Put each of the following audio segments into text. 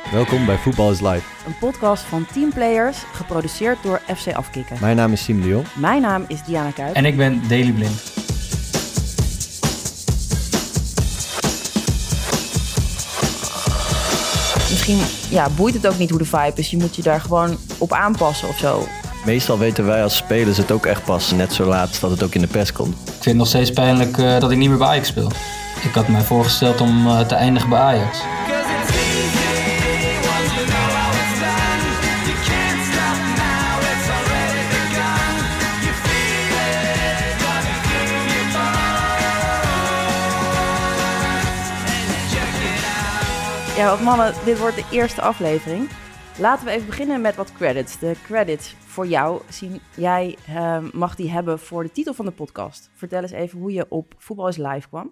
Welkom bij Voetbal is Live. Een podcast van teamplayers, geproduceerd door FC Afkikken. Mijn naam is Siem de Jong. Mijn naam is Diana Kuip. En ik ben Daley Blind. Misschien boeit het ook niet hoe de vibe is. Je moet je daar gewoon op aanpassen of zo. Meestal weten wij als spelers het ook echt pas net zo laat dat het ook in de pers komt. Ik vind het nog steeds pijnlijk dat ik niet meer bij Ajax speel. Ik had mij voorgesteld om te eindigen bij Ajax. Ja, want mannen, dit wordt de eerste aflevering. Laten we even beginnen met wat credits. De credits voor jou, Siem. Jij mag die hebben voor de titel van de podcast. Vertel eens even hoe je op Voetbal is Live kwam.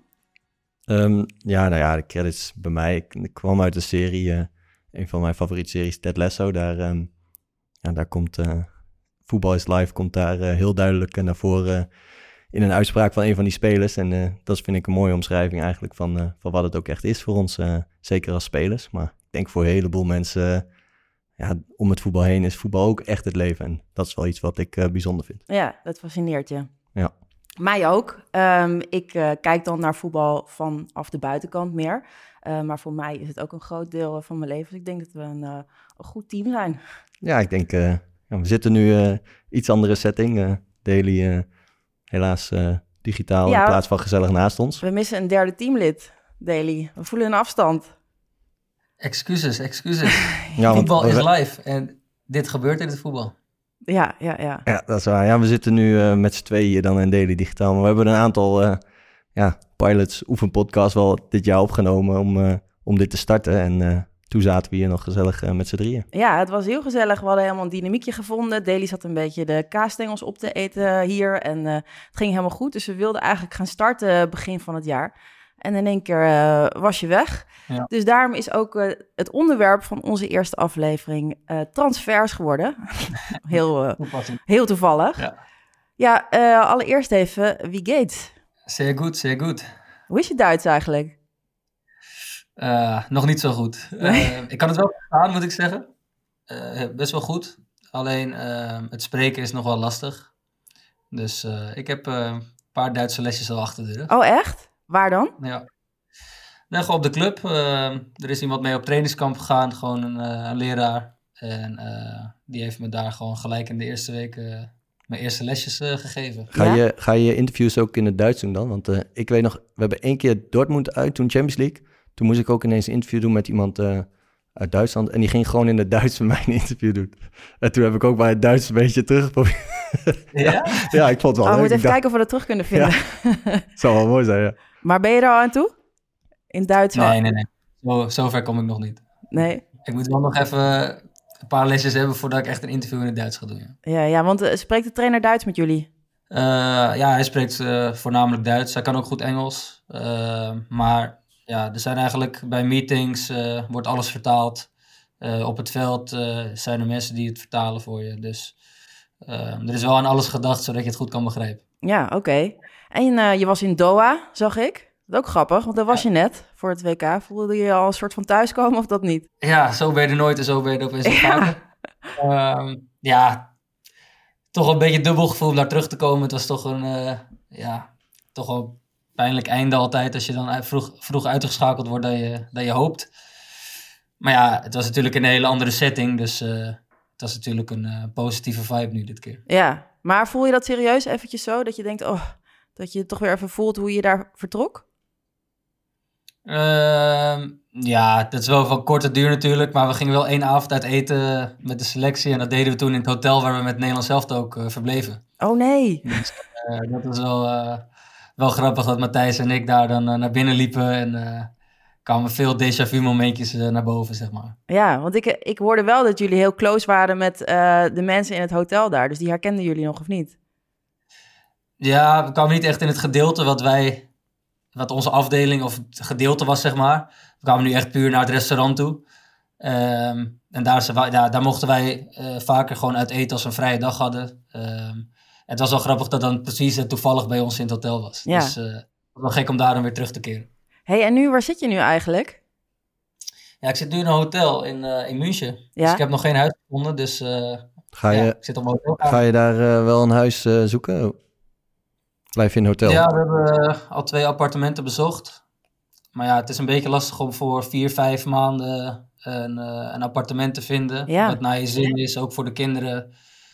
De credits bij mij. Ik kwam uit de serie, een van mijn favoriete series, Ted Lasso. Daar komt Voetbal is Live komt daar heel duidelijk naar voren in een uitspraak van een van die spelers. En dat vind ik een mooie omschrijving eigenlijk van wat het ook echt is voor ons. Zeker als spelers. Maar ik denk voor een heleboel mensen, om het voetbal heen is voetbal ook echt het leven. En dat is wel iets wat ik bijzonder vind. Ja, dat fascineert je. Ja. Mij ook. Ik kijk dan naar voetbal vanaf de buitenkant meer. Maar voor mij is het ook een groot deel van mijn leven. Dus ik denk dat we een goed team zijn. Ja, ik denk, we zitten nu iets andere setting. Daley helaas digitaal in plaats van gezellig naast ons. We missen een derde teamlid, Daley. We voelen een afstand. Excuses. Ja, voetbal is live en dit gebeurt in het voetbal. Ja. Ja, dat is waar. Ja, we zitten nu met z'n tweeën hier dan in Daley digitaal. Maar we hebben een aantal pilots, oefenpodcasts wel dit jaar opgenomen om dit te starten. En toen zaten we hier nog gezellig met z'n drieën. Ja, het was heel gezellig. We hadden helemaal een dynamiekje gevonden. Daley zat een beetje de kaasstengels op te eten hier. En het ging helemaal goed. Dus we wilden eigenlijk gaan starten begin van het jaar. En in één keer was je weg. Ja. Dus daarom is ook het onderwerp van onze eerste aflevering transfers geworden. Heel toevallig. Ja, allereerst even, wie geht's? Zeer goed. Hoe is je Duits eigenlijk? Nog niet zo goed. Nee? Ik kan het wel verstaan, moet ik zeggen. Best wel goed. Alleen het spreken is nog wel lastig. Dus ik heb een paar Duitse lesjes al achter de rug. Oh, echt? Waar dan? Ja. Gewoon op de club. Er is iemand mee op trainingskamp gegaan, gewoon een leraar. En die heeft me daar gewoon gelijk in de eerste week mijn eerste lesjes gegeven. Ga je interviews ook in het Duits doen dan? Want ik weet nog, we hebben 1 keer Dortmund uit, toen Champions League. Toen moest ik ook ineens een interview doen met iemand uit Duitsland. En die ging gewoon in het Duits met mij een interview doen. En toen heb ik ook bij het Duits een beetje teruggeprobeerd. Ja? Ja, ik vond het wel leuk. We moeten even kijken of we dat terug kunnen vinden. Ja, zou wel mooi zijn, ja. Maar ben je er al aan toe? In Duits? Nee. Zover kom ik nog niet. Nee? Ik moet wel nog even een paar lesjes hebben voordat ik echt een interview in het Duits ga doen. Ja, want spreekt de trainer Duits met jullie? Hij spreekt voornamelijk Duits. Hij kan ook goed Engels. Maar ja, er zijn eigenlijk bij meetings wordt alles vertaald. Op het veld zijn er mensen die het vertalen voor je. Dus er is wel aan alles gedacht, zodat je het goed kan begrijpen. Ja, oké. En je was in Doha, zag ik. Dat is ook grappig, want daar was je net voor het WK. Voelde je je al een soort van thuiskomen of dat niet? Ja, zo ben je er nooit en zo ben je er opeens vaker. Toch een beetje dubbel gevoel om daar terug te komen. Het was toch toch wel pijnlijk einde altijd als je dan vroeg uitgeschakeld wordt dan je hoopt. Maar ja, het was natuurlijk een hele andere setting, dus het was natuurlijk een positieve vibe nu dit keer. Ja, maar voel je dat serieus eventjes zo, dat je denkt, dat je toch weer even voelt hoe je daar vertrok? Dat is wel van korte duur natuurlijk, maar we gingen wel 1 avond uit eten met de selectie en dat deden we toen in het hotel waar we met Nederland zelf ook verbleven. Oh nee! Dus, dat was wel grappig dat Matthijs en ik daar dan naar binnen liepen en kwamen veel déjà vu momentjes naar boven, zeg maar. Ja, want ik hoorde wel dat jullie heel close waren met de mensen in het hotel daar, dus die herkenden jullie nog of niet? Ja, we kwamen niet echt in het gedeelte wat onze afdeling of het gedeelte was, zeg maar. We kwamen nu echt puur naar het restaurant toe. En daar mochten wij vaker gewoon uit eten als we een vrije dag hadden. Het was wel grappig dat dan precies toevallig bij ons in het hotel was. Ja. Dus het was wel gek om daar dan weer terug te keren. Hey, en nu, waar zit je nu eigenlijk? Ja, ik zit nu in een hotel in München. Ja? Dus ik heb nog geen huis gevonden. Dus Ga ja, je, ik zit op mijn hotel. ga je daar wel een huis zoeken? Blijf je in een hotel? Ja, we hebben al 2 appartementen bezocht. Maar ja, het is een beetje lastig om voor 4-5 maanden een appartement te vinden. Ja. Wat naar je zin is, ook voor de kinderen.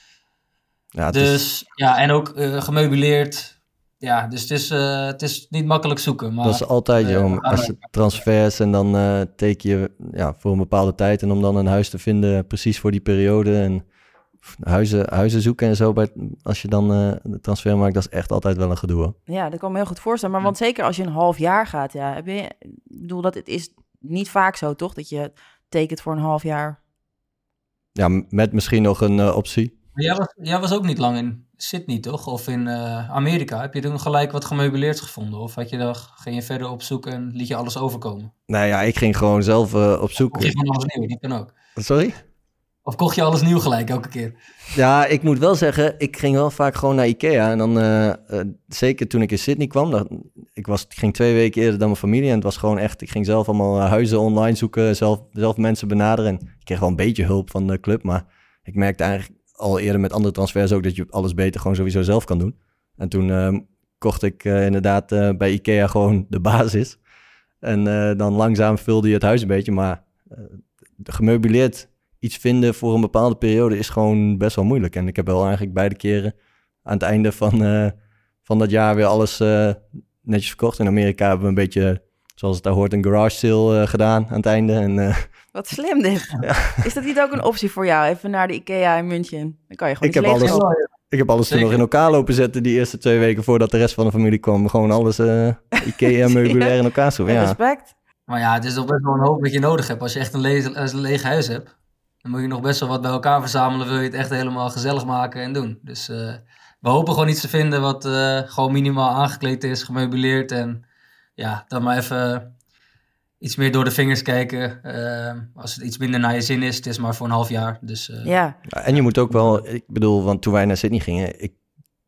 Ja, het Dus ja, en ook gemeubileerd. Ja, dus het is niet makkelijk zoeken. Maar dat is altijd, joh. we gaan Als je transfers en dan teken je voor een bepaalde tijd. En om dan een huis te vinden precies voor die periode. En huizen zoeken en zo. Als je dan de transfer maakt, dat is echt altijd wel een gedoe, hoor. Ja, dat kan me heel goed voorstellen. Maar want zeker als je een half jaar gaat, ja, ik bedoel, dat het is niet vaak zo, toch? Dat je tekent voor een half jaar. Ja, met misschien nog een optie. Maar jij was ook niet lang in Sydney, toch? Of in Amerika. Heb je toen gelijk wat gemeubileerd gevonden? Of ging je verder op zoek en liet je alles overkomen? Nou ja, ik ging gewoon zelf op zoek. Kocht je gewoon alles nieuw? Die kan ook. Sorry? Of kocht je alles nieuw gelijk elke keer? Ja, ik moet wel zeggen, ik ging wel vaak gewoon naar Ikea. En dan, zeker toen ik in Sydney kwam, ik ging 2 weken eerder dan mijn familie. En het was gewoon echt, ik ging zelf allemaal huizen online zoeken, zelf mensen benaderen. En ik kreeg wel een beetje hulp van de club, maar ik merkte eigenlijk al eerder met andere transfers ook dat je alles beter gewoon sowieso zelf kan doen. En toen kocht ik inderdaad bij Ikea gewoon de basis. En dan langzaam vulde je het huis een beetje, maar gemeubileerd iets vinden voor een bepaalde periode is gewoon best wel moeilijk. En ik heb wel eigenlijk beide keren aan het einde van dat jaar weer alles netjes verkocht. In Amerika hebben we een beetje, zoals het daar hoort, een garage sale gedaan aan het einde. En, Wat slim dit. Ja. Is dat niet ook een optie voor jou? Even naar de Ikea in München. Dan kan je gewoon Ik heb iets leeg alles- kopen. ik heb alles toen nog in elkaar lopen zetten die eerste 2 weken voordat de rest van de familie kwam. Gewoon alles Ikea meubilair in elkaar schroeven. Ja. Respect. Maar ja, het is toch best wel een hoop wat je nodig hebt. Als je echt een leeg huis hebt, dan moet je nog best wel wat bij elkaar verzamelen. Wil je het echt helemaal gezellig maken en doen. Dus we hopen gewoon iets te vinden wat gewoon minimaal aangekleed is, gemeubileerd. En ja, dan maar even iets meer door de vingers kijken. Als het iets minder naar je zin is, het is maar voor een half jaar. Dus Ja, En je moet ook wel, ik bedoel, want toen wij naar Sydney gingen, ik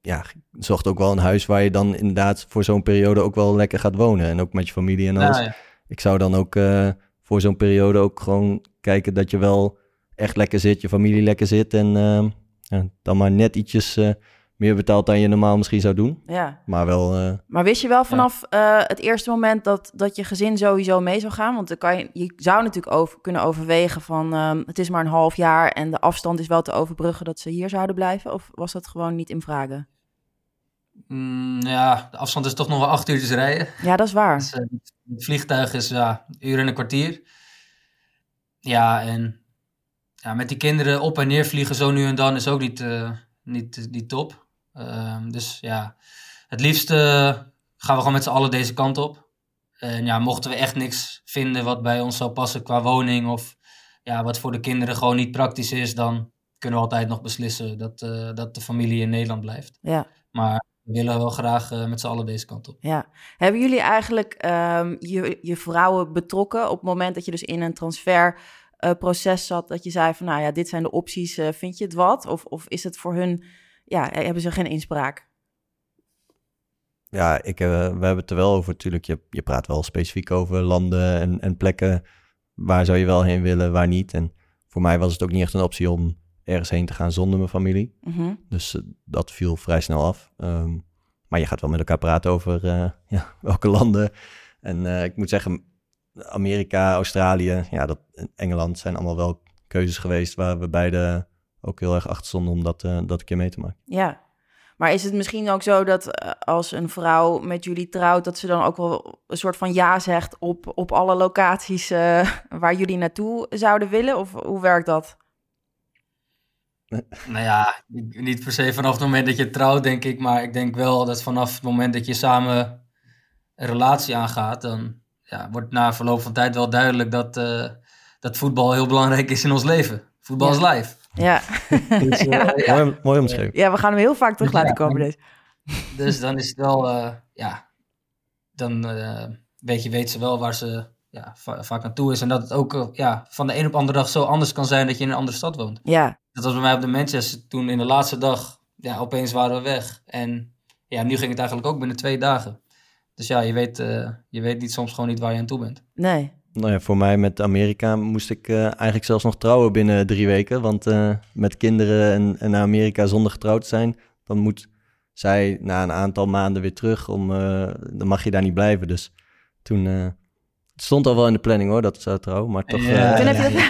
zocht ook wel een huis waar je dan inderdaad voor zo'n periode ook wel lekker gaat wonen. En ook met je familie en alles. ja. Ik zou dan ook voor zo'n periode ook gewoon kijken dat je wel echt lekker zit, je familie lekker zit. En dan maar net ietsjes meer betaalt dan je normaal misschien zou doen. ja. Maar wel, Maar wist je wel vanaf het eerste moment dat je gezin sowieso mee zou gaan? Want dan je zou natuurlijk kunnen overwegen van het is maar een half jaar en de afstand is wel te overbruggen dat ze hier zouden blijven. Of was dat gewoon niet in vragen? Ja, de afstand is toch nog wel 8 uurtjes rijden. Ja, dat is waar. Dus, het vliegtuig is een uur en een kwartier. Ja, en met die kinderen op en neer vliegen zo nu en dan is ook niet top. Dus ja, het liefst gaan we gewoon met z'n allen deze kant op. En ja, mochten we echt niks vinden wat bij ons zou passen qua woning of wat voor de kinderen gewoon niet praktisch is, dan kunnen we altijd nog beslissen dat de familie in Nederland blijft. Ja. Maar we willen wel graag met z'n allen deze kant op. Ja. Hebben jullie eigenlijk je vrouwen betrokken op het moment dat je dus in een transferproces zat, dat je zei van, nou ja, dit zijn de opties, vind je het wat? Of is het voor hun, hebben ze geen inspraak? ja, we hebben het er wel over natuurlijk. Je praat wel specifiek over landen en plekken. Waar zou je wel heen willen, waar niet? En voor mij was het ook niet echt een optie om ergens heen te gaan zonder mijn familie. Mhm. Dus dat viel vrij snel af. Maar je gaat wel met elkaar praten over welke landen. En ik moet zeggen, Amerika, Australië, Engeland zijn allemaal wel keuzes geweest waar we beide ook heel erg achter stonden om dat een keer mee te maken. Ja. Maar is het misschien ook zo dat als een vrouw met jullie trouwt, dat ze dan ook wel een soort van ja zegt op alle locaties waar jullie naartoe zouden willen? Of hoe werkt dat? Nou ja, niet per se vanaf het moment dat je trouwt, denk ik. Maar ik denk wel dat vanaf het moment dat je samen een relatie aangaat, dan wordt na verloop van tijd wel duidelijk dat voetbal heel belangrijk is in ons leven. Voetbal is live. Ja. Dus, Mooi omschreven. Ja, we gaan hem heel vaak terug laten komen. Deze. Dus dan is het wel, dan weet ze wel waar ze vaak naartoe is. En dat het ook van de een op andere dag zo anders kan zijn dat je in een andere stad woont. Ja, Dat was bij mij op de Manchester toen in de laatste dag, opeens waren we weg. En nu ging het eigenlijk ook binnen 2 dagen. Dus je weet niet soms gewoon niet waar je aan toe bent. nee. Nou ja, voor mij met Amerika moest ik eigenlijk zelfs nog trouwen binnen 3 weken. Want met kinderen en naar Amerika zonder getrouwd te zijn, dan moet zij na een aantal maanden weer terug. Dan mag je daar niet blijven. Dus toen... het stond al wel in de planning hoor, dat zou trouwen, maar toch... Toen heb je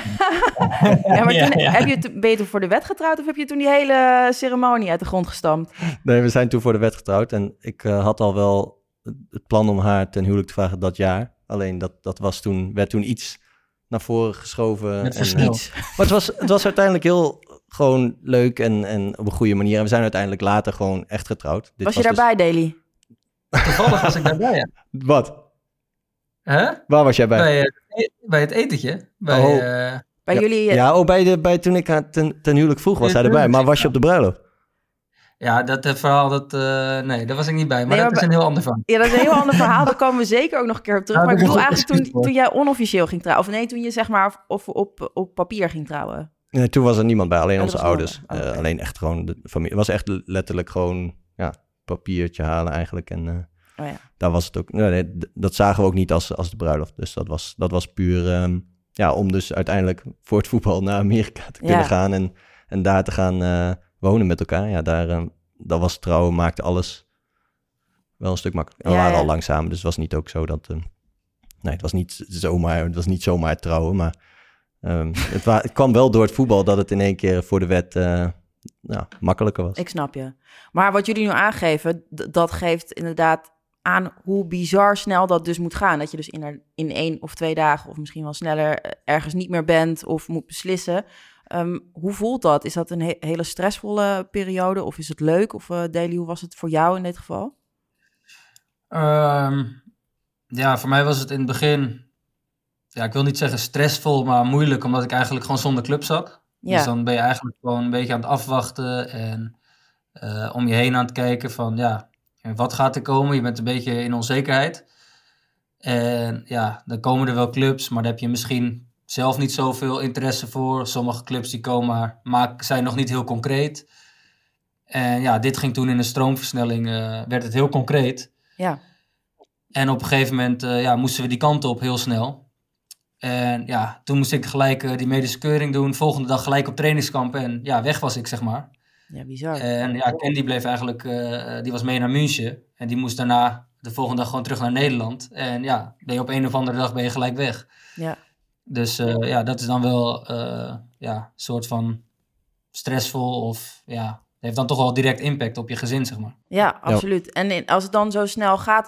ben je toen voor de wet getrouwd of heb je toen die hele ceremonie uit de grond gestampt? Nee, we zijn toen voor de wet getrouwd en ik had al wel het plan om haar ten huwelijk te vragen dat jaar. Alleen dat werd toen iets naar voren geschoven. Met iets. Maar het was uiteindelijk heel gewoon leuk en op een goede manier. En we zijn uiteindelijk later gewoon echt getrouwd. Was je daarbij, Daly? Toevallig was ik daarbij, ja. Wat? Huh? Waar was jij bij? Bij het etentje. Bij jullie... Ja, toen ik haar ten huwelijk vroeg was hij erbij. Maar was je op de bruiloft? Ja, dat verhaal, nee, daar was ik niet bij. Maar dat is een heel ander verhaal. Ja, dat is een heel ander verhaal. Daar komen we zeker ook nog een keer op terug. Maar ik bedoel eigenlijk toen jij onofficieel ging trouwen. Of nee, toen je zeg maar op papier ging trouwen. Nee, toen was er niemand bij. Alleen onze was ouders. Okay. Alleen echt gewoon de familie. Het was echt letterlijk gewoon papiertje halen eigenlijk. En daar was het ook... Nee, dat zagen we ook niet als de bruiloft. Dus dat was puur... om dus uiteindelijk voor het voetbal naar Amerika te kunnen gaan. En daar te gaan wonen met elkaar. Ja, dat was trouwen, maakte alles wel een stuk makkelijker. We waren al lang samen, dus het was niet ook zo dat... het was niet zomaar trouwen, maar... het kwam wel door het voetbal dat het in één keer voor de wet makkelijker was. Ik snap je. Maar wat jullie nu aangeven, dat geeft inderdaad aan hoe bizar snel dat dus moet gaan. Dat je dus in 1 of 2 dagen of misschien wel sneller ergens niet meer bent of moet beslissen. Hoe voelt dat? Is dat een hele stressvolle periode of is het leuk? Of Daly, hoe was het voor jou in dit geval? Voor mij was het in het begin... Ja, ik wil niet zeggen stressvol, maar moeilijk, omdat ik eigenlijk gewoon zonder club zat. Ja. Dus dan ben je eigenlijk gewoon een beetje aan het afwachten en om je heen aan het kijken van, wat gaat er komen? Je bent een beetje in onzekerheid. En dan komen er wel clubs, maar daar heb je misschien zelf niet zoveel interesse voor. Sommige clubs die komen, maar zijn nog niet heel concreet. En dit ging toen in een stroomversnelling, werd het heel concreet. Ja. En op een gegeven moment moesten we die kant op heel snel. En toen moest ik gelijk die medische keuring doen. Volgende dag gelijk op trainingskamp en weg was ik, zeg maar. Ja, bizar. En Candy bleef eigenlijk, die was mee naar München. En die moest daarna de volgende dag gewoon terug naar Nederland. En ben je op een of andere dag ben je gelijk weg. Ja. Dus dat is dan wel een soort van stressvol of heeft dan toch wel direct impact op je gezin, zeg maar. Ja, absoluut. En als het dan zo snel gaat...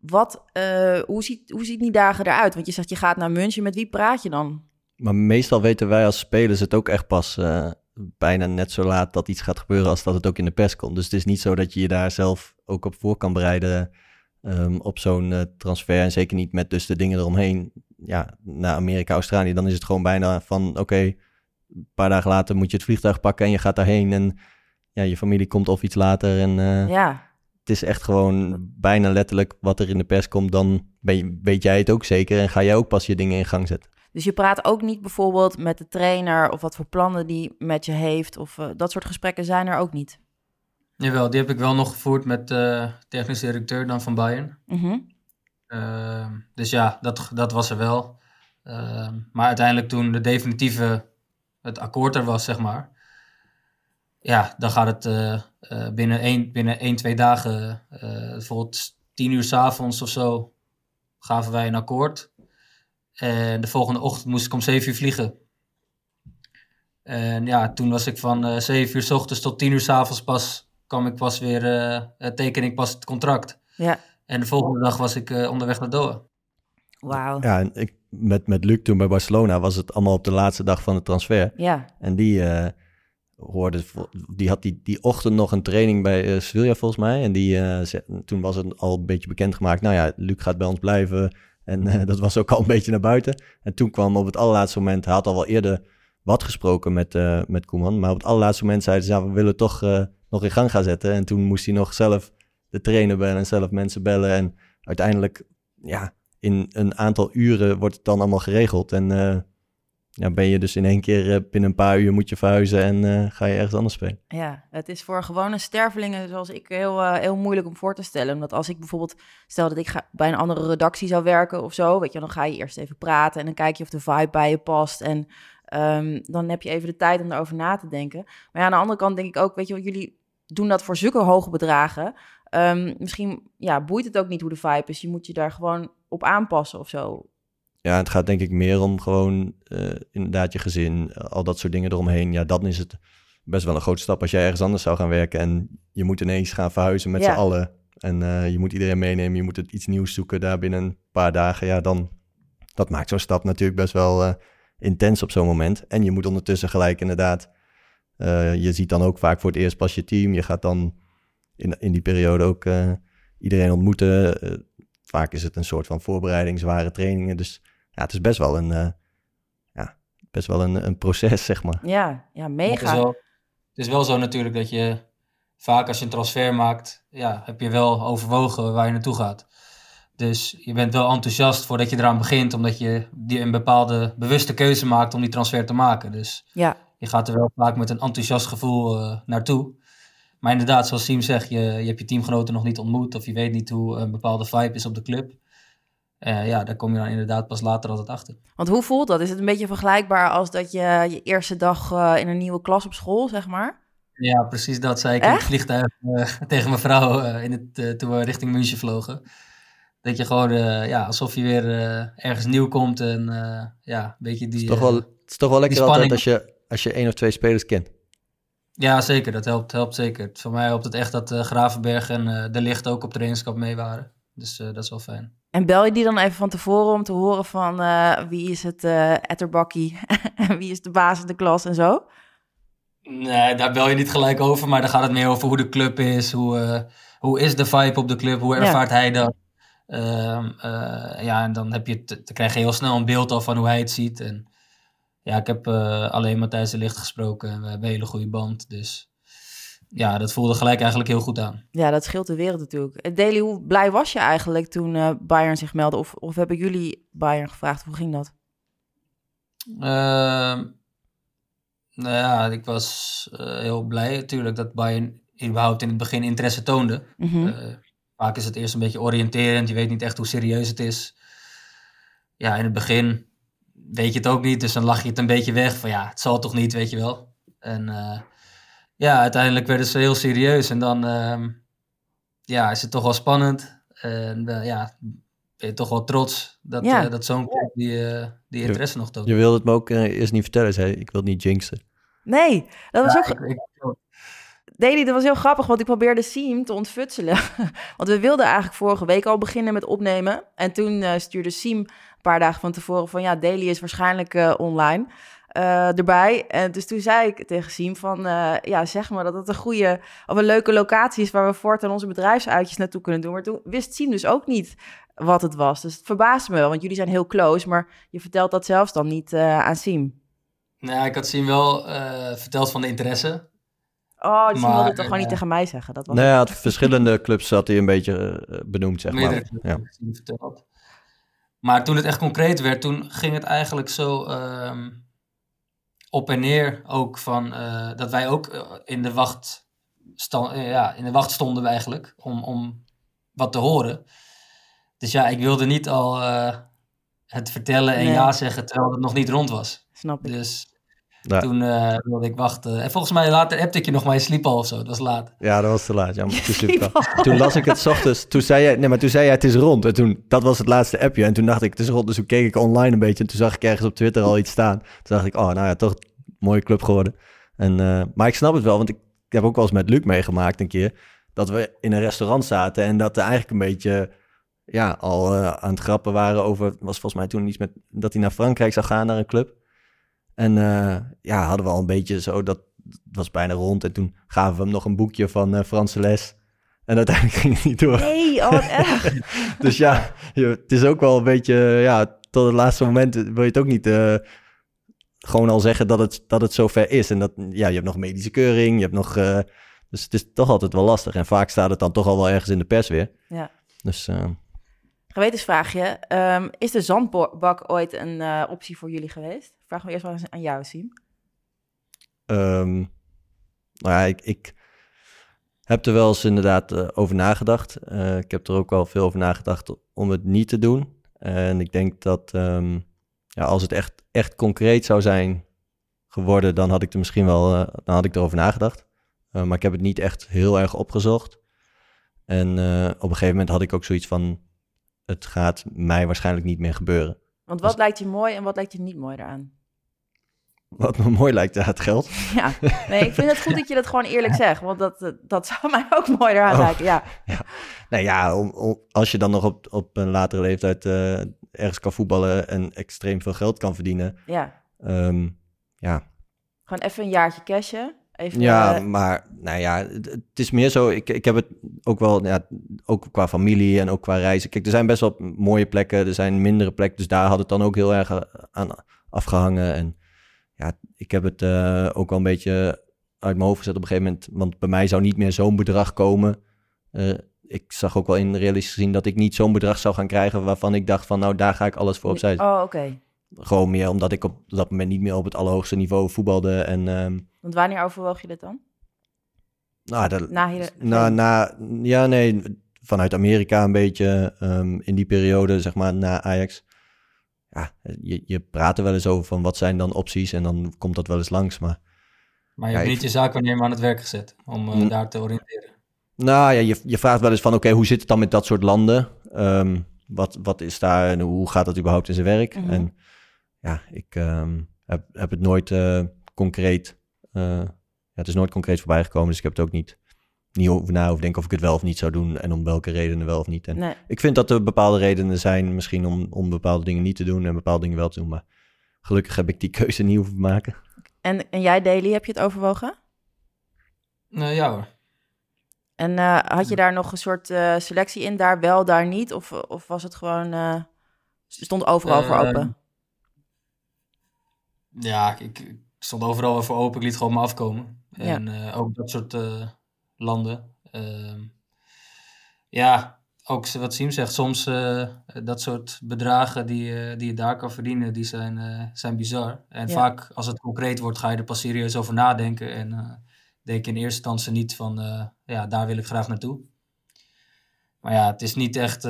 hoe ziet die dagen eruit? Want je zegt, je gaat naar München. Met wie praat je dan? Maar meestal weten wij als spelers het ook echt pas bijna net zo laat dat iets gaat gebeuren als dat het ook in de pers komt. Dus het is niet zo dat je je daar zelf ook op voor kan bereiden op zo'n transfer. En zeker niet met dus de dingen eromheen. Ja, naar Amerika, Australië, dan is het gewoon bijna van oké, een paar dagen later moet je het vliegtuig pakken en je gaat daarheen. En je familie komt of iets later en... Het is echt gewoon bijna letterlijk wat er in de pers komt. Dan weet jij het ook zeker en ga jij ook pas je dingen in gang zetten. Dus je praat ook niet bijvoorbeeld met de trainer of wat voor plannen die met je heeft of dat soort gesprekken zijn er ook niet? Jawel, die heb ik wel nog gevoerd met de technische directeur dan van Bayern. Mm-hmm. Dus dat was er wel. Maar uiteindelijk toen de definitieve het akkoord er was, zeg maar. Ja, dan gaat het binnen 1-2 dagen, bijvoorbeeld 10:00 's avonds of zo, gaven wij een akkoord. En de volgende ochtend moest ik om 7:00 vliegen. En toen was ik van 7:00 's ochtends tot 10:00 's avonds teken ik pas het contract. Ja. En de volgende dag was ik onderweg naar Doha. Wauw. Ja, en met Luc toen bij Barcelona was het allemaal op de laatste dag van de transfer. Ja. En die had die ochtend nog een training bij Sevilla volgens mij. En toen was het al een beetje bekendgemaakt. Nou ja, Luc gaat bij ons blijven. En dat was ook al een beetje naar buiten. En toen kwam op het allerlaatste moment... Hij had al wel eerder wat gesproken met Koeman. Maar op het allerlaatste moment zeiden ze... we willen toch nog in gang gaan zetten. En toen moest hij nog zelf de trainer bellen en zelf mensen bellen. En uiteindelijk, in een aantal uren wordt het dan allemaal geregeld. En ben je dus in één keer binnen een paar uur moet je verhuizen en ga je ergens anders spelen. Ja, het is voor gewone stervelingen zoals ik heel moeilijk om voor te stellen. Omdat als ik bijvoorbeeld, stel dat ik bij een andere redactie zou werken of zo, weet je, dan ga je eerst even praten en dan kijk je of de vibe bij je past. En dan heb je even de tijd om erover na te denken. Maar ja, aan de andere kant denk ik ook, weet je, jullie doen dat voor zulke hoge bedragen. Misschien boeit het ook niet hoe de vibe is. Je moet je daar gewoon op aanpassen of zo. Ja, het gaat denk ik meer om gewoon inderdaad je gezin, al dat soort dingen eromheen. Ja, dan is het best wel een grote stap als jij ergens anders zou gaan werken en je moet ineens gaan verhuizen met z'n allen. En je moet iedereen meenemen, je moet het iets nieuws zoeken daar binnen een paar dagen. Ja, dat maakt zo'n stap natuurlijk best wel intens op zo'n moment. En je moet ondertussen gelijk inderdaad, je ziet dan ook vaak voor het eerst pas je team. Je gaat dan in die periode ook iedereen ontmoeten. Vaak is het een soort van voorbereiding, zware trainingen. Dus ja, het is best wel een proces, zeg maar. Ja, mega. Het is wel zo natuurlijk dat je vaak als je een transfer maakt, heb je wel overwogen waar je naartoe gaat. Dus je bent wel enthousiast voordat je eraan begint, omdat je een bepaalde bewuste keuze maakt om die transfer te maken. Dus je gaat er wel vaak met een enthousiast gevoel naartoe. Maar inderdaad, zoals Siem zegt, je hebt je teamgenoten nog niet ontmoet of je weet niet hoe een bepaalde vibe is op de club. Daar kom je dan inderdaad pas later altijd achter. Want hoe voelt dat? Is het een beetje vergelijkbaar als dat je eerste dag in een nieuwe klas op school, zeg maar? Ja, precies dat zei ik in het vliegtuig tegen mijn vrouw toen we richting München vlogen. Dat je gewoon, alsof je weer ergens nieuw komt en een beetje die... Het is toch wel lekker altijd als je 1 of 2 spelers kent. Ja, zeker. Dat helpt zeker. Voor mij helpt het echt dat Gravenberg en De Ligt ook op trainingskamp mee waren. Dus dat is wel fijn. En bel je die dan even van tevoren om te horen van wie is het etterbakkie en wie is de baas in de klas en zo? Nee, daar bel je niet gelijk over, maar dan gaat het meer over hoe de club is, hoe is de vibe op de club, hoe ervaart hij dat? En dan krijg je heel snel een beeld al van hoe hij het ziet. En ja, ik heb alleen Matthijs De Ligt gesproken en we hebben een hele goede band, dus... Ja, dat voelde gelijk eigenlijk heel goed aan. Ja, dat scheelt de wereld natuurlijk. Daly, hoe blij was je eigenlijk toen Bayern zich meldde? Of hebben jullie Bayern gevraagd? Hoe ging dat? Ik was heel blij natuurlijk dat Bayern überhaupt in het begin interesse toonde. Mm-hmm. Vaak is het eerst een beetje oriënterend. Je weet niet echt hoe serieus het is. Ja, in het begin weet je het ook niet. Dus dan lach je het een beetje weg van ja, het zal toch niet, weet je wel. En... uiteindelijk werden ze heel serieus en dan is het toch wel spannend. En ben je toch wel trots dat zo'n club die interesse nog toont. Je wilde het me ook eerst niet vertellen, zei ik wil het niet jinxen. Nee, dat was ook... Daly, dat was heel grappig, want ik probeerde Siem te ontfutselen. Want we wilden eigenlijk vorige week al beginnen met opnemen. En toen stuurde Siem een paar dagen van tevoren van... ja, Daly is waarschijnlijk online... erbij. En dus toen zei ik tegen Siem van... zeg maar dat het een goede of een leuke locatie is... waar we voortaan onze bedrijfsuitjes naartoe kunnen doen. Maar toen wist Siem dus ook niet wat het was. Dus het verbaasde me wel, want jullie zijn heel close... maar je vertelt dat zelfs dan niet aan Siem. Nou, ik had Siem wel verteld van de interesse. Oh, dus Siem wilde het toch gewoon niet tegen mij zeggen? Dat was verschillende clubs had hij een beetje benoemd, zeg maar. Ja. Verteld. Maar toen het echt concreet werd... toen ging het eigenlijk zo... op en neer ook van dat wij ook in de wacht stonden eigenlijk om wat te horen. Dus ja, ik wilde niet al het vertellen en ja zeggen terwijl het nog niet rond was. Snap ik. Dus toen wilde ik wachten. En volgens mij later appte ik je nog maar, je sliep al of zo. Dat was laat. Ja, dat was te laat. Ja, toen las ik het 's ochtends. Toen zei jij het is rond. En dat was het laatste appje. En toen dacht ik het is rond. Dus toen keek ik online een beetje. En toen zag ik ergens op Twitter al iets staan. Toen dacht ik, toch een mooie club geworden. Maar ik snap het wel. Want ik heb ook wel eens met Luc meegemaakt een keer. Dat we in een restaurant zaten. En dat er eigenlijk een beetje al aan het grappen waren over... was volgens mij toen iets met dat hij naar Frankrijk zou gaan, naar een club. En hadden we al een beetje zo, dat was bijna rond. En toen gaven we hem nog een boekje van Franse les. En uiteindelijk ging het niet door. Nee, wat erg. Dus het is ook wel een beetje, tot het laatste moment wil je het ook niet gewoon al zeggen dat het zover is. En dat, je hebt nog medische keuring, je hebt nog... dus het is toch altijd wel lastig. En vaak staat het dan toch al wel ergens in de pers weer. Ja. Dus... Gewetensvraagje. Is de zandbak ooit een optie voor jullie geweest? Vraag me eerst wel eens aan jou, Siem. Nou ja, ik heb er wel eens inderdaad over nagedacht. Ik heb er ook wel veel over nagedacht om het niet te doen. En ik denk dat als het echt concreet zou zijn geworden, dan had ik er misschien wel dan had ik erover nagedacht. Maar ik heb het niet echt heel erg opgezocht. En op een gegeven moment had ik ook zoiets van, het gaat mij waarschijnlijk niet meer gebeuren. Want wat lijkt je mooi en wat lijkt je niet mooi eraan? Wat me mooi lijkt, het geld. Ja, nee, ik vind het goed dat je dat gewoon eerlijk zegt. Want dat zou mij ook mooi eraan lijken, ja. Nou ja, als je dan nog op een latere leeftijd ergens kan voetballen en extreem veel geld kan verdienen. Ja. Ja. Gewoon even een jaartje cashen. Even, ja, maar nou ja, het is meer zo. Ik heb het ook wel, ook qua familie en ook qua reizen. Kijk, er zijn best wel mooie plekken, er zijn mindere plekken. Dus daar had het dan ook heel erg aan afgehangen. En ja, ik heb het ook wel een beetje uit mijn hoofd gezet op een gegeven moment. Want bij mij zou niet meer zo'n bedrag komen. Ik zag ook wel in realistisch gezien dat ik niet zo'n bedrag zou gaan krijgen waarvan ik dacht van, nou, daar ga ik alles voor opzij. Oh, oké. Gewoon meer omdat ik op dat moment niet meer op het allerhoogste niveau voetbalde. En, want wanneer overwoog je dit dan? Vanuit Amerika een beetje. In die periode, zeg maar, na Ajax. Ja, je praat er wel eens over van wat zijn dan opties en dan komt dat wel eens langs. Maar je hebt niet je zaakwaarnemer aan het werk gezet om daar te oriënteren. Nou ja, je vraagt wel eens van, oké, hoe zit het dan met dat soort landen? Wat is daar en hoe gaat dat überhaupt in zijn werk? Mm-hmm. En ja, ik heb het nooit concreet... het is nooit concreet voorbij gekomen, dus ik heb het ook niet over na hoeven denken of ik het wel of niet zou doen en om welke redenen wel of niet. En nee. Ik vind dat er bepaalde redenen zijn misschien om bepaalde dingen niet te doen en bepaalde dingen wel te doen, maar gelukkig heb ik die keuze niet hoeven maken. En jij, Daly, heb je het overwogen? Ja hoor. En had je daar nog een soort selectie in, daar wel, daar niet? Of was het gewoon, stond overal voor open? Ja, ik stond overal voor open, ik liet gewoon me afkomen. En ook dat soort landen. Ook wat Siem zegt, soms dat soort bedragen die je daar kan verdienen, die zijn bizar. En vaak als het concreet wordt, ga je er pas serieus over nadenken. En denk je in eerste instantie niet van, daar wil ik graag naartoe. Maar ja, het is niet echt...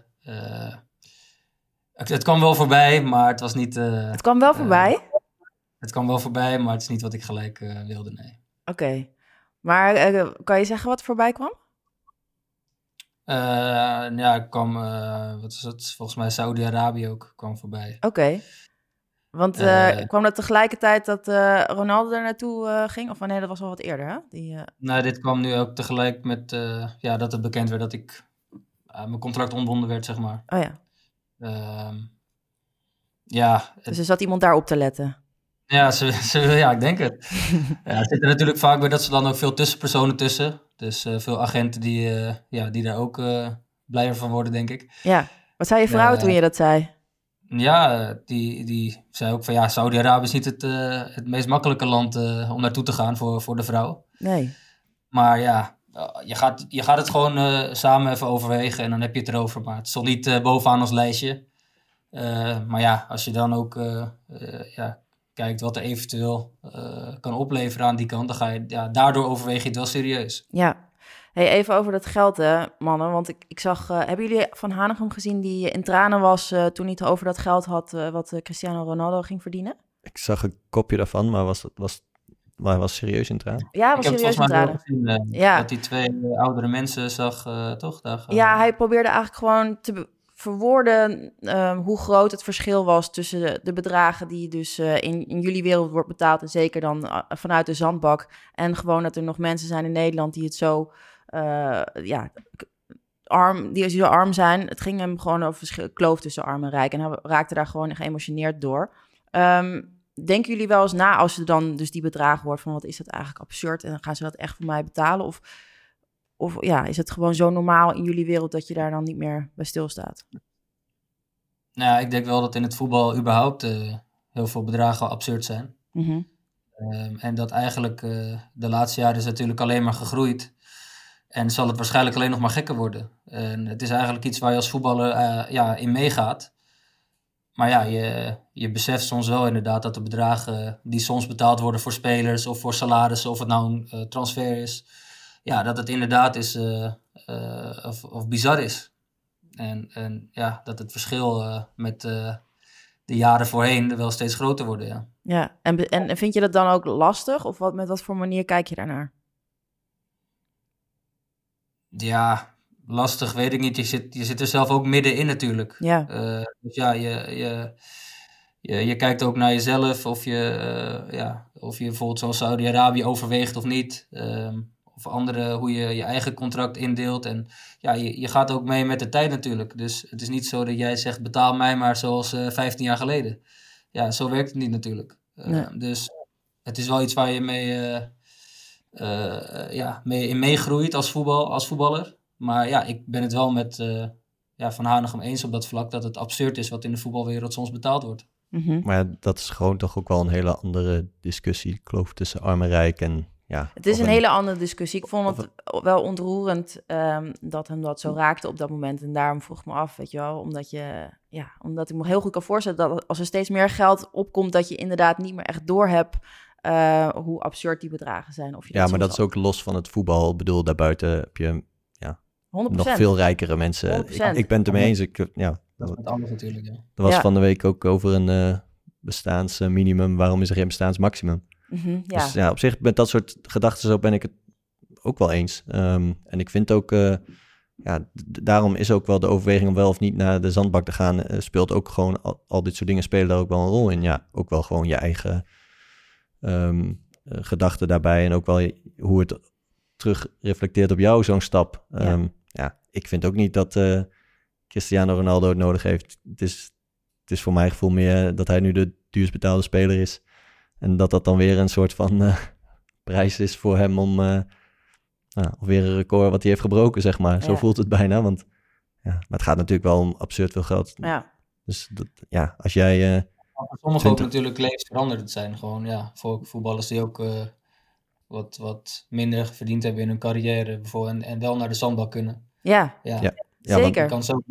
het kwam wel voorbij, maar het was niet... het kwam wel voorbij? Het kwam wel voorbij, maar het is niet wat ik gelijk wilde, nee. Oké. Maar kan je zeggen wat voorbij kwam? Ik kwam, wat is het? Volgens mij Saudi-Arabië ook kwam voorbij. Oké. Want kwam dat tegelijkertijd dat Ronaldo er naartoe ging? Of nee, dat was al wat eerder, hè? Nee, dit kwam nu ook tegelijk met dat het bekend werd dat ik mijn contract ontbonden werd, zeg maar. Oh ja. Dus er zat iemand daar op te letten? Ja, ik denk het. Er zitten natuurlijk vaak bij dat ze dan ook veel tussenpersonen tussen. Dus veel agenten die daar ook blijer van worden, denk ik. Ja, wat zei je vrouw toen je dat zei? Ja, die zei ook van Saudi-Arabië is niet het meest makkelijke land om naartoe te gaan voor de vrouw. Nee. Maar ja, je gaat het gewoon samen even overwegen en dan heb je het erover. Maar het stond niet bovenaan ons lijstje. Maar ja, als je dan ook kijkt wat er eventueel kan opleveren aan die kant, dan ga je, daardoor overweeg je het wel serieus. Ja. Hey, even over dat geld, mannen. Want ik zag, hebben jullie Van Hanegem gezien die in tranen was toen hij het over dat geld had wat Cristiano Ronaldo ging verdienen? Ik zag een kopje daarvan, maar hij was serieus in tranen? Ja, hij was serieus in tranen. Gezien, dat die twee oudere mensen zag, toch? Ja, hij probeerde eigenlijk gewoon te verwoorden hoe groot het verschil was tussen de bedragen die dus in jullie wereld wordt betaald en zeker dan vanuit de zandbak en gewoon dat er nog mensen zijn in Nederland die het zo die zo arm zijn. Het ging hem gewoon over kloof tussen arm en rijk en hij raakte daar gewoon geëmotioneerd door. Denken jullie wel eens na als je dan dus die bedragen hoort van wat is dat eigenlijk absurd en dan gaan ze dat echt voor mij betalen of is het gewoon zo normaal in jullie wereld dat je daar dan niet meer bij stilstaat? Nou, ik denk wel dat in het voetbal überhaupt heel veel bedragen absurd zijn. Mm-hmm. En dat eigenlijk de laatste jaren is natuurlijk alleen maar gegroeid. En zal het waarschijnlijk alleen nog maar gekker worden. En het is eigenlijk iets waar je als voetballer in meegaat. Maar ja, je beseft soms wel inderdaad dat de bedragen die soms betaald worden voor spelers of voor salarissen, of het nou een transfer is, ja, dat het inderdaad is of bizar is. En ja, dat het verschil met de jaren voorheen wel steeds groter worden, ja. Ja, en vind je dat dan ook lastig? Of met wat voor manier kijk je daarnaar? Ja, lastig weet ik niet. Je zit er zelf ook middenin natuurlijk. Ja. Dus ja, je kijkt ook naar jezelf of of je bijvoorbeeld zoals Saudi-Arabië overweegt of niet. Of andere, hoe je je eigen contract indeelt. En ja, je gaat ook mee met de tijd natuurlijk. Dus het is niet zo dat jij zegt betaal mij maar zoals 15 jaar geleden. Ja, zo werkt het niet natuurlijk. Nee. Dus het is wel iets waar je mee in meegroeit als voetballer. Maar ja, ik ben het wel met Van Hanegem eens op dat vlak dat het absurd is wat in de voetbalwereld soms betaald wordt. Mhm. Maar ja, dat is gewoon toch ook wel een hele andere discussie, ik geloof, tussen arm en rijk. En, ja, Het is een hele andere discussie. Ik vond het wel ontroerend dat hem dat zo raakte op dat moment. En daarom vroeg ik me af, weet je wel, omdat ik me heel goed kan voorstellen dat als er steeds meer geld opkomt, dat je inderdaad niet meer echt doorhebt hoe absurd die bedragen zijn. Of je ja, maar dat is ook los van het voetbal. Ik bedoel, daarbuiten heb je 100%. nog veel rijkere mensen. 100%. Ik ben het ermee eens. Dat is wat anders natuurlijk, ja. Er was Ja. van de week ook over een bestaansminimum. Waarom is er geen bestaansmaximum? Mhm, ja. Dus ja, op zich met dat soort gedachten zo ben ik het ook wel eens. En ik vind ook, daarom is ook wel de overweging om wel of niet naar de zandbak te gaan, speelt ook gewoon, al dit soort dingen spelen daar ook wel een rol in. Ja, ook wel gewoon je eigen gedachten daarbij en ook wel hoe het terug reflecteert op jou, zo'n stap. Ik vind ook niet dat Cristiano Ronaldo het nodig heeft. Het is voor mijn gevoel meer dat hij nu de duurst betaalde speler is. En dat dan weer een soort van prijs is voor hem om of weer een record wat hij heeft gebroken, zeg maar. Zo voelt het bijna, want maar het gaat natuurlijk wel om absurd veel geld. Ja. Dus als jij... voor sommigen ook natuurlijk levensveranderend zijn. Gewoon, voor voetballers die ook wat minder verdiend hebben in hun carrière bijvoorbeeld. En wel naar de zandbak kunnen. Ja. Zeker. Je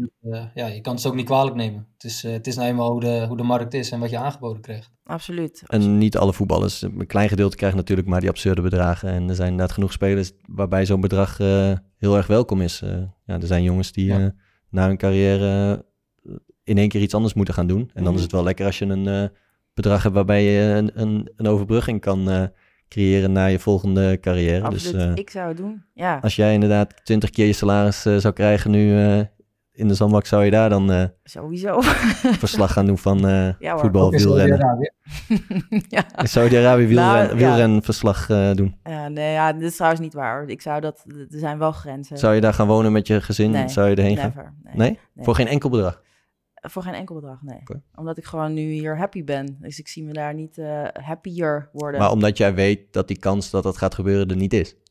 kan het ook niet kwalijk nemen. Het is nou eenmaal hoe de markt is en wat je aangeboden krijgt. Absoluut. En niet alle voetballers. Een klein gedeelte krijgt natuurlijk maar die absurde bedragen. En er zijn inderdaad genoeg spelers waarbij zo'n bedrag heel erg welkom is. Er zijn jongens die na hun carrière in één keer iets anders moeten gaan doen. En dan is het wel lekker als je een bedrag hebt waarbij je een overbrugging kan creëren naar je volgende carrière. Absoluut. Dus ik zou het doen. Ja. als jij inderdaad 20 keer je salaris zou krijgen nu in de zandbak, zou je daar dan Sowieso. verslag gaan doen van hoor. voetbal, wielrennen. Ja. In Saudi-Arabië wielrenverslag doen. Dit is trouwens niet waar, hoor. Er zijn wel grenzen. Zou je daar gaan wonen met je gezin? Nee, zou je erheen never. gaan? Nee? Voor geen enkel bedrag? Voor geen enkel bedrag, nee. Okay. Omdat ik gewoon nu hier happy ben. Dus ik zie me daar niet happier worden. Maar omdat jij weet dat die kans dat dat gaat gebeuren er niet is?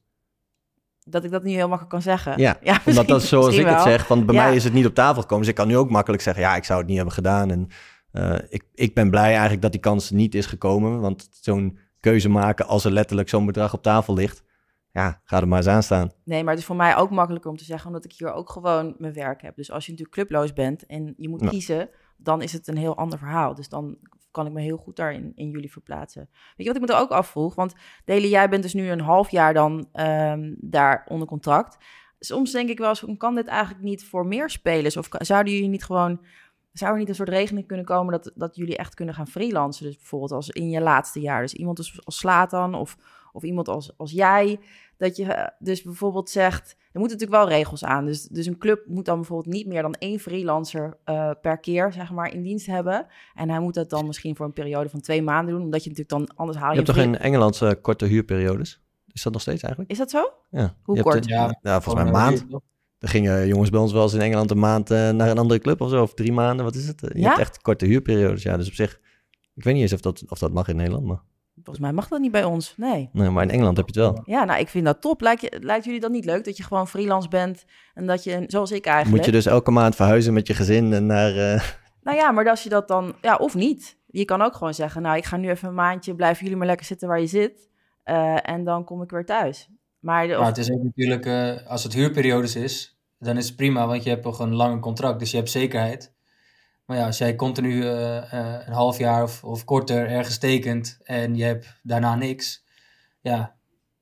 Dat ik dat niet heel makkelijk kan zeggen. Ja, omdat dat zoals ik het zeg, want bij mij is het niet op tafel gekomen. Dus ik kan nu ook makkelijk zeggen, ik zou het niet hebben gedaan. En ik ben blij eigenlijk dat die kans niet is gekomen. Want zo'n keuze maken als er letterlijk zo'n bedrag op tafel ligt, ga er maar eens aan staan. Nee, maar het is voor mij ook makkelijker om te zeggen, omdat ik hier ook gewoon mijn werk heb. Dus als je natuurlijk clubloos bent en je moet kiezen, dan is het een heel ander verhaal. Dus dan kan ik me heel goed daarin in jullie verplaatsen. Weet je wat ik me er ook afvroeg? Want Deli, jij bent dus nu een half jaar dan daar onder contract. Soms denk ik wel eens, kan dit eigenlijk niet voor meer spelers? Of zouden jullie niet gewoon... Zou er niet een soort regeling kunnen komen dat jullie echt kunnen gaan freelancen? Dus bijvoorbeeld als in je laatste jaar. Dus iemand als Zlatan of iemand als jij. Dat je dus bijvoorbeeld zegt... Er moeten natuurlijk wel regels aan. Dus een club moet dan bijvoorbeeld niet meer dan 1 freelancer per keer, zeg maar, in dienst hebben. En hij moet dat dan misschien voor een periode van 2 maanden doen. Omdat je natuurlijk dan anders haal je... Je hebt toch in Engeland korte huurperiodes? Is dat nog steeds eigenlijk? Is dat zo? Ja. Hoe kort? Volgens mij een maand. Er gingen jongens bij ons wel eens in Engeland een maand naar een andere club of zo. Of 3 maanden, wat is het? Je hebt echt korte huurperiodes. Ja, dus op zich... Ik weet niet eens of dat mag in Nederland, maar... Volgens mij mag dat niet bij ons, nee. Nee, maar in Engeland heb je het wel. Ja, nou, ik vind dat top. Lijkt jullie dat niet leuk, dat je gewoon freelance bent en dat je, zoals ik eigenlijk... Moet je dus elke maand verhuizen met je gezin en naar... Nou ja, maar als je dat dan... Ja, of niet. Je kan ook gewoon zeggen, nou, ik ga nu even een maandje, blijven jullie maar lekker zitten waar je zit. En dan kom ik weer thuis. Maar, Maar het is ook natuurlijk, als het huurperiodes is, dan is het prima, want je hebt toch een lange contract, dus je hebt zekerheid. Maar ja, als jij continu een half jaar of korter ergens tekent en je hebt daarna niks, ja,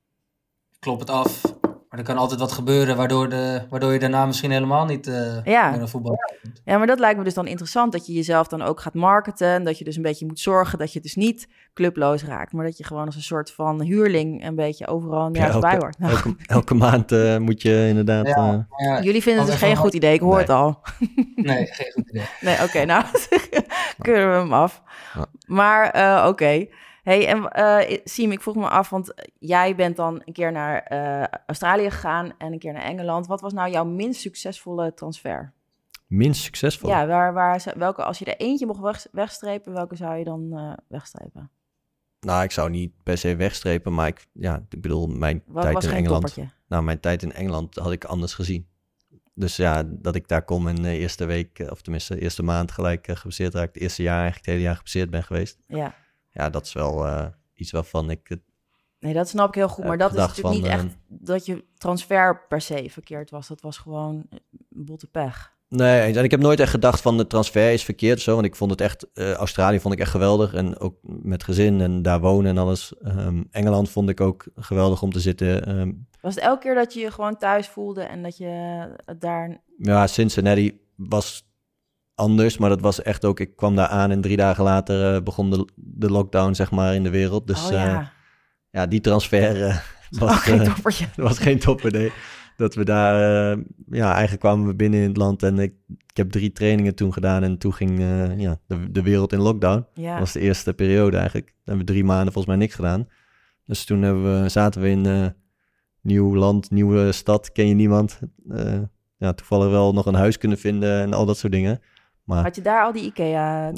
klop het af. Maar er kan altijd wat gebeuren waardoor je daarna misschien helemaal niet Ja. meer een voetbal. Ja, maar dat lijkt me dus dan interessant, dat je jezelf dan ook gaat marketen. En dat je dus een beetje moet zorgen dat je dus niet clubloos raakt. Maar dat je gewoon als een soort van huurling een beetje overal nergens bij hoort. Nou, Elke maand moet je inderdaad... Ja, jullie vinden het dus als geen even- goed idee, ik hoor Nee. het al. Nee, geen goed idee. Nee, oké, nou, keuren we hem af. Ja. Maar oké. Hey, en Siem, ik vroeg me af, want jij bent dan een keer naar Australië gegaan en een keer naar Engeland. Wat was nou jouw minst succesvolle transfer? Minst succesvol? Ja, welke, als je er eentje mocht wegstrepen, welke zou je dan wegstrepen? Nou, ik zou niet per se wegstrepen, maar ik bedoel, mijn Wat tijd was in geen Engeland... toppertje? Nou, mijn tijd in Engeland had ik anders gezien. Dus ja, dat ik daar kom en de eerste week, of tenminste de eerste maand gelijk geblesseerd raak. Het eerste jaar eigenlijk het hele jaar geblesseerd ben geweest. Ja, Ja, dat is wel iets waarvan ik... nee, dat snap ik heel goed. Maar dat is gedacht natuurlijk niet van, echt dat je transfer per se verkeerd was. Dat was gewoon botte pech. Nee, en ik heb nooit echt gedacht van de transfer is verkeerd of zo. Want ik vond het echt, Australië vond ik echt geweldig. En ook met gezin en daar wonen en alles. Engeland vond ik ook geweldig om te zitten. Was het elke keer dat je je gewoon thuis voelde en dat je het daar... Ja, Cincinnati was anders. Maar dat was echt ook, ik kwam daar aan en 3 dagen later begon de lockdown zeg maar in de wereld. Dus ja, die transfer was, geen toppertje. was geen topper, nee. Dat we daar, eigenlijk kwamen we binnen in het land en ik heb 3 trainingen toen gedaan en toen ging de wereld in lockdown. Ja. Dat was de eerste periode eigenlijk. Dan hebben we 3 maanden volgens mij niks gedaan. Dus toen zaten we in nieuw land, nieuwe stad, ken je niemand. Toevallig wel nog een huis kunnen vinden en al dat soort dingen. Maar, Had je daar al die IKEA...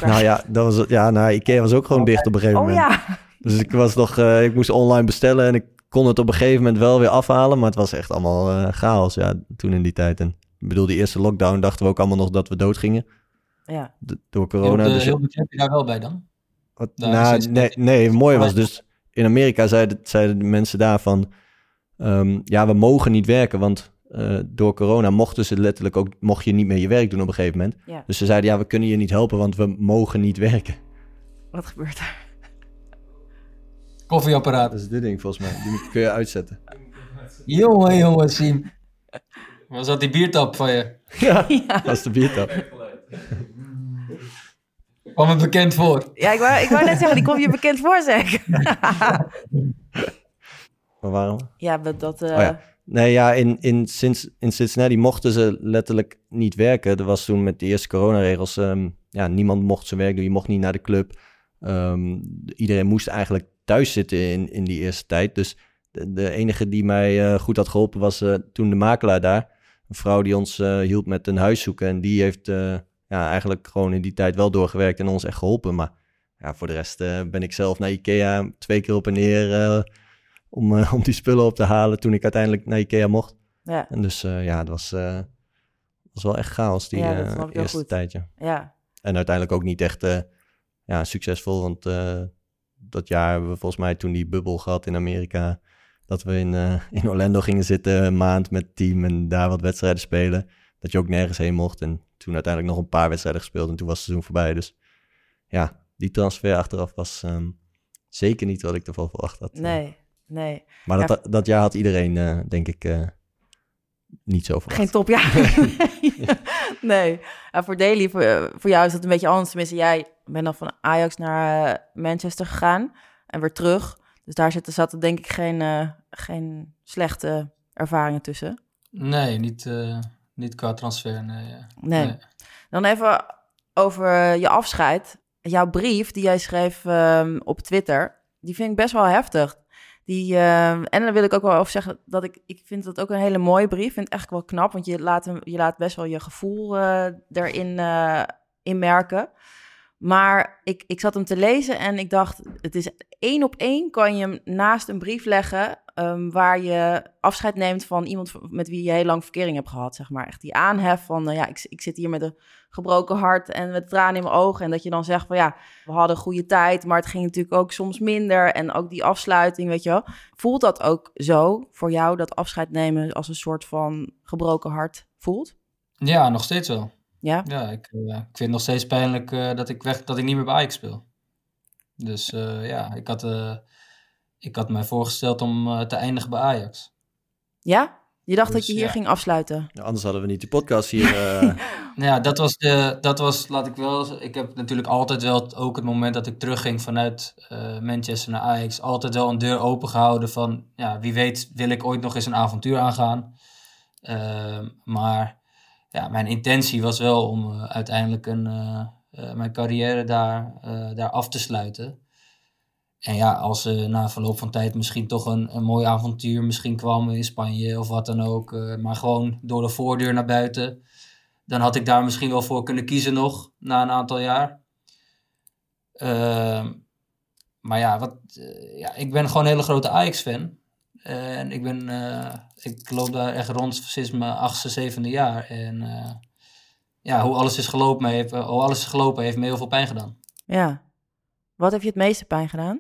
Ikea was ook gewoon dicht op een gegeven Oh moment. ja. Dus ik moest online bestellen en ik kon het op een gegeven moment wel weer afhalen. Maar het was echt allemaal chaos, toen in die tijd. En ik bedoel, die eerste lockdown dachten we ook allemaal nog dat we dood gingen. Ja. Door corona. Heel budget heb je daar wel bij dan? Het mooie was dus, in Amerika zeiden de mensen daar van, we mogen niet werken, want door corona mocht je niet meer je werk doen op een gegeven moment. Ja. Dus ze zeiden, we kunnen je niet helpen, want we mogen niet werken. Wat gebeurt er? Koffieapparaat. Dat is dit ding volgens mij, die kun je uitzetten. Jongen, Siem. Was dat die biertap van je? Ja, dat is de biertap. Kwam het bekend voor? Ja, ik wou net zeggen, die kom je bekend voor, zeg. Waar waren we? Ja, dat... Nee, in Cincinnati mochten ze letterlijk niet werken. Er was toen met de eerste coronaregels, niemand mocht zijn werk doen. Je mocht niet naar de club. Iedereen moest eigenlijk thuis zitten in die eerste tijd. Dus de enige die mij goed had geholpen was toen de makelaar daar. Een vrouw die ons hielp met een huis zoeken. En die heeft eigenlijk gewoon in die tijd wel doorgewerkt en ons echt geholpen. Maar voor de rest ben ik zelf naar Ikea 2 keer op en neer... Om die spullen op te halen toen ik uiteindelijk naar Ikea mocht. Ja. En dus het was wel echt chaos die dat snap ik heel eerste goed. tijdje. Ja. En uiteindelijk ook niet echt succesvol, want dat jaar hebben we volgens mij toen die bubbel gehad in Amerika. Dat we in Orlando gingen zitten een maand met het team en daar wat wedstrijden spelen. Dat je ook nergens heen mocht. En toen uiteindelijk nog een paar wedstrijden gespeeld en toen was het seizoen voorbij. Dus ja, die transfer achteraf was zeker niet wat ik ervan verwacht had. Nee. Maar dat jaar had iedereen, denk ik, niet zo verwacht. Geen topjaar. Nee. Voor Daly, voor jou is dat een beetje anders. Tenminste, jij bent dan van Ajax naar Manchester gegaan en weer terug. Dus daar zaten denk ik geen slechte ervaringen tussen. Nee, niet qua transfer, nee. Dan even over je afscheid. Jouw brief die jij schreef op Twitter, die vind ik best wel heftig. En dan wil ik ook wel over zeggen dat ik vind dat ook een hele mooie brief. Ik vind het echt wel knap, want je laat best wel je gevoel erin merken. Maar ik zat hem te lezen en ik dacht, het is 1 op 1 kan je hem naast een brief leggen waar je afscheid neemt van iemand met wie je heel lang verkering hebt gehad, zeg maar. Echt die aanhef van, ik zit hier met een gebroken hart en met tranen in mijn ogen. En dat je dan zegt van, we hadden een goede tijd, maar het ging natuurlijk ook soms minder. En ook die afsluiting, weet je wel. Voelt dat ook zo voor jou, dat afscheid nemen als een soort van gebroken hart voelt? Ja, nog steeds wel. Ja? Ja, ik vind het nog steeds pijnlijk dat ik niet meer bij Ajax speel. Dus ik had mij voorgesteld om te eindigen bij Ajax. Ja? Je dacht Dus, dat je hier ging afsluiten? Ja, anders hadden we niet de podcast hier. Ja, laat ik wel. Ik heb natuurlijk altijd wel, ook het moment dat ik terugging vanuit Manchester naar Ajax, altijd wel een deur open gehouden van, wie weet wil ik ooit nog eens een avontuur aangaan. Maar ja, mijn intentie was wel om uiteindelijk mijn carrière daar af te sluiten. En ja, als na verloop van tijd misschien toch een mooi avontuur misschien kwam in Spanje of wat dan ook, maar gewoon door de voordeur naar buiten, dan had ik daar misschien wel voor kunnen kiezen nog, na een aantal jaar. Maar ik ben gewoon een hele grote Ajax-fan. En ik loop daar echt rond sinds mijn 8e, 7e jaar. En hoe alles is gelopen heeft me heel veel pijn gedaan. Ja. Wat heeft je het meeste pijn gedaan?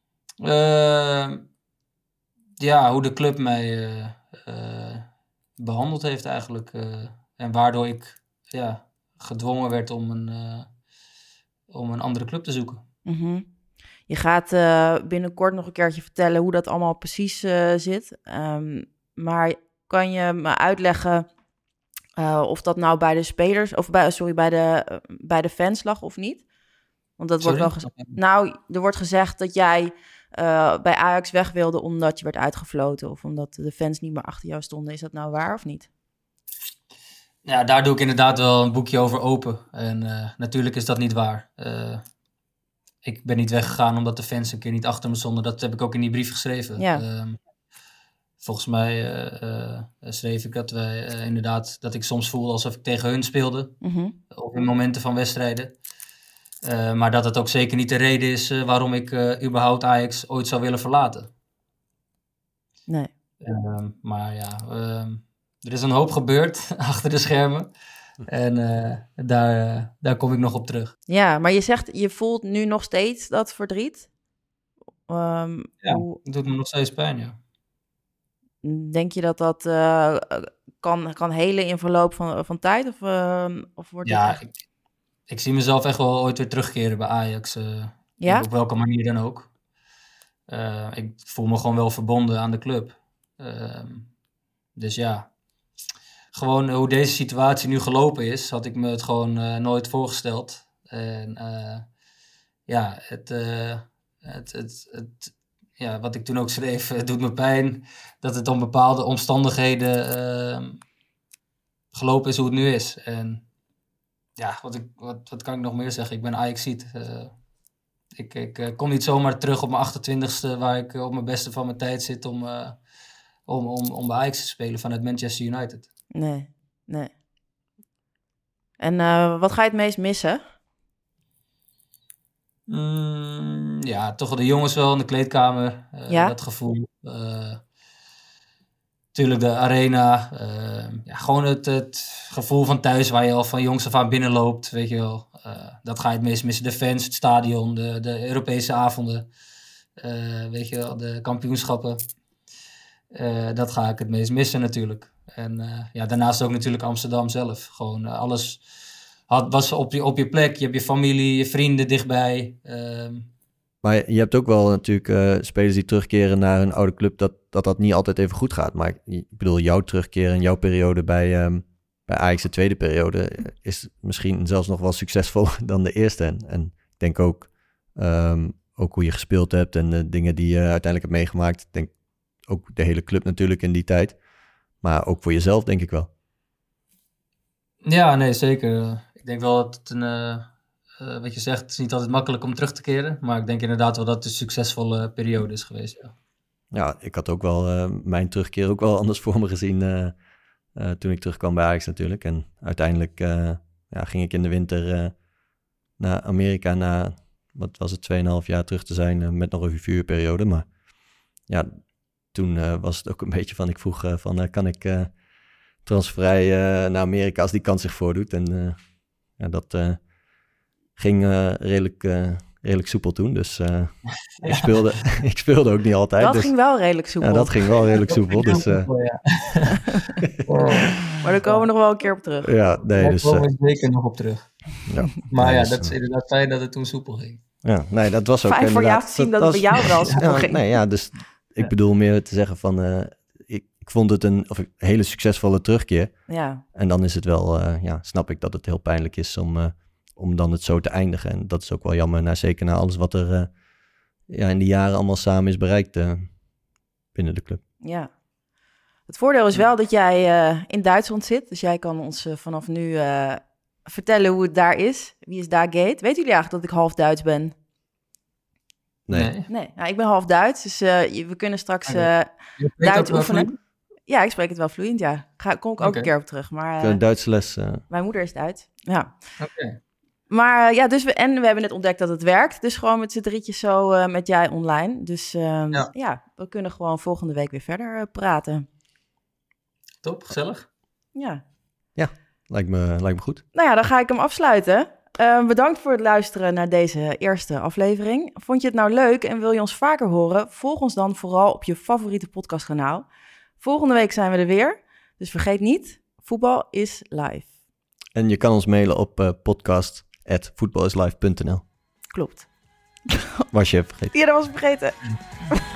Hoe de club mij behandeld heeft eigenlijk. En waardoor ik gedwongen werd om een andere club te zoeken. Mm-hmm. Je gaat binnenkort nog een keertje vertellen hoe dat allemaal precies zit. Maar kan je me uitleggen of dat nou bij de spelers, of bij de fans lag of niet? Want dat wordt wel gezegd. Nou, er wordt gezegd dat jij bij Ajax weg wilde omdat je werd uitgefloten of omdat de fans niet meer achter jou stonden. Is dat nou waar of niet? Ja, daar doe ik inderdaad wel een boekje over open. En natuurlijk is dat niet waar. Ik ben niet weggegaan omdat de fans een keer niet achter me stonden. Dat heb ik ook in die brief geschreven. Ja. Volgens mij schreef ik dat ik soms voelde alsof ik tegen hun speelde. Mm-hmm. Op in momenten van wedstrijden. Maar dat het ook zeker niet de reden is waarom ik überhaupt Ajax ooit zou willen verlaten. Nee. Er is een hoop gebeurd achter de schermen. En daar kom ik nog op terug. Ja, maar je zegt, je voelt nu nog steeds dat verdriet? Het doet me nog steeds pijn, ja. Denk je dat kan helen in verloop van tijd? Of wordt het ik zie mezelf echt wel ooit weer terugkeren bij Ajax. Op welke manier dan ook. Ik voel me gewoon wel verbonden aan de club. Dus ja, gewoon hoe deze situatie nu gelopen is, had ik me het gewoon nooit voorgesteld. En wat ik toen ook schreef, het doet me pijn dat het om bepaalde omstandigheden gelopen is hoe het nu is. En ja, wat kan ik nog meer zeggen? Ik ben Ajaxiet. Ik kom niet zomaar terug op mijn 28e, waar ik op mijn beste van mijn tijd zit om bij Ajax te spelen vanuit Manchester United. Nee. En wat ga je het meest missen? Toch wel de jongens wel in de kleedkamer. Dat gevoel. Tuurlijk de arena. Gewoon het gevoel van thuis waar je al van jongs af aan binnenloopt. Weet je wel. Dat ga je het meest missen. De fans, het stadion, de Europese avonden. Weet je wel, de kampioenschappen. Dat ga ik het meest missen natuurlijk. En daarnaast ook natuurlijk Amsterdam zelf. Gewoon alles was op je plek. Je hebt je familie, je vrienden dichtbij. Maar je hebt ook wel natuurlijk spelers die terugkeren naar hun oude club, dat niet altijd even goed gaat. Maar ik bedoel, jouw terugkeer en jouw periode bij Ajax, de tweede periode, is misschien zelfs nog wel succesvoller dan de eerste. En ik denk ook hoe je gespeeld hebt en de dingen die je uiteindelijk hebt meegemaakt. Ik denk ook de hele club natuurlijk in die tijd. Maar ook voor jezelf, denk ik wel. Ja, nee, zeker. Ik denk wel dat het wat je zegt, het is niet altijd makkelijk om terug te keren. Maar ik denk inderdaad wel dat het een succesvolle periode is geweest, ja. Ja, ik had ook wel mijn terugkeer ook wel anders voor me gezien toen ik terugkwam bij Ajax natuurlijk. En uiteindelijk ging ik in de winter naar Amerika na, wat was het, 2,5 jaar terug te zijn met nog een vuurperiode. Maar ja, toen was het ook een beetje van, ik vroeg van, kan ik transfervrij naar Amerika als die kans zich voordoet? En dat ging redelijk soepel toen. Dus ik speelde ook niet altijd. Dat ging wel redelijk soepel. Ja, dat ging wel redelijk soepel. Dus, maar daar komen we nog wel een keer op terug. Ja, nee, Daar dus... komen we zeker nog op terug. Ja, Maar nee, ja, dus, dat is inderdaad fijn dat het toen soepel ging. Ja, nee, dat was ook Fijn voor jou inderdaad... te zien dat het bij jou wel soepel ging. Nee, ja, dus ik bedoel meer te zeggen van... Ik vond het een hele succesvolle terugkeer. Ja. En dan is het wel... snap ik dat het heel pijnlijk is om dan het zo te eindigen. En dat is ook wel jammer, zeker na alles wat er in die jaren allemaal samen is bereikt binnen de club. Ja. Het voordeel is wel dat jij in Duitsland zit. Dus jij kan ons vanaf nu vertellen hoe het daar is. Wie is daar Gate? Weten jullie eigenlijk dat ik half Duits ben? Nee. Nou, ik ben half Duits. Dus we kunnen straks Duits oefenen. Ja, ik spreek het wel vloeiend, ja. Kom ik ook een keer op terug. Maar Duitse les. Mijn moeder is Duits, ja. Oké. Maar ja, dus we hebben net ontdekt dat het werkt. Dus gewoon met z'n drietjes zo met jij online. Dus we kunnen gewoon volgende week weer verder praten. Top, gezellig. Ja. Ja, lijkt me goed. Nou ja, dan ga ik hem afsluiten. Bedankt voor het luisteren naar deze eerste aflevering. Vond je het nou leuk en wil je ons vaker horen? Volg ons dan vooral op je favoriete podcastkanaal. Volgende week zijn we er weer. Dus vergeet niet, voetbal is live. En je kan ons mailen op podcast@voetbalislive.nl. Klopt. Was je even vergeten? Ja, dat was ik vergeten.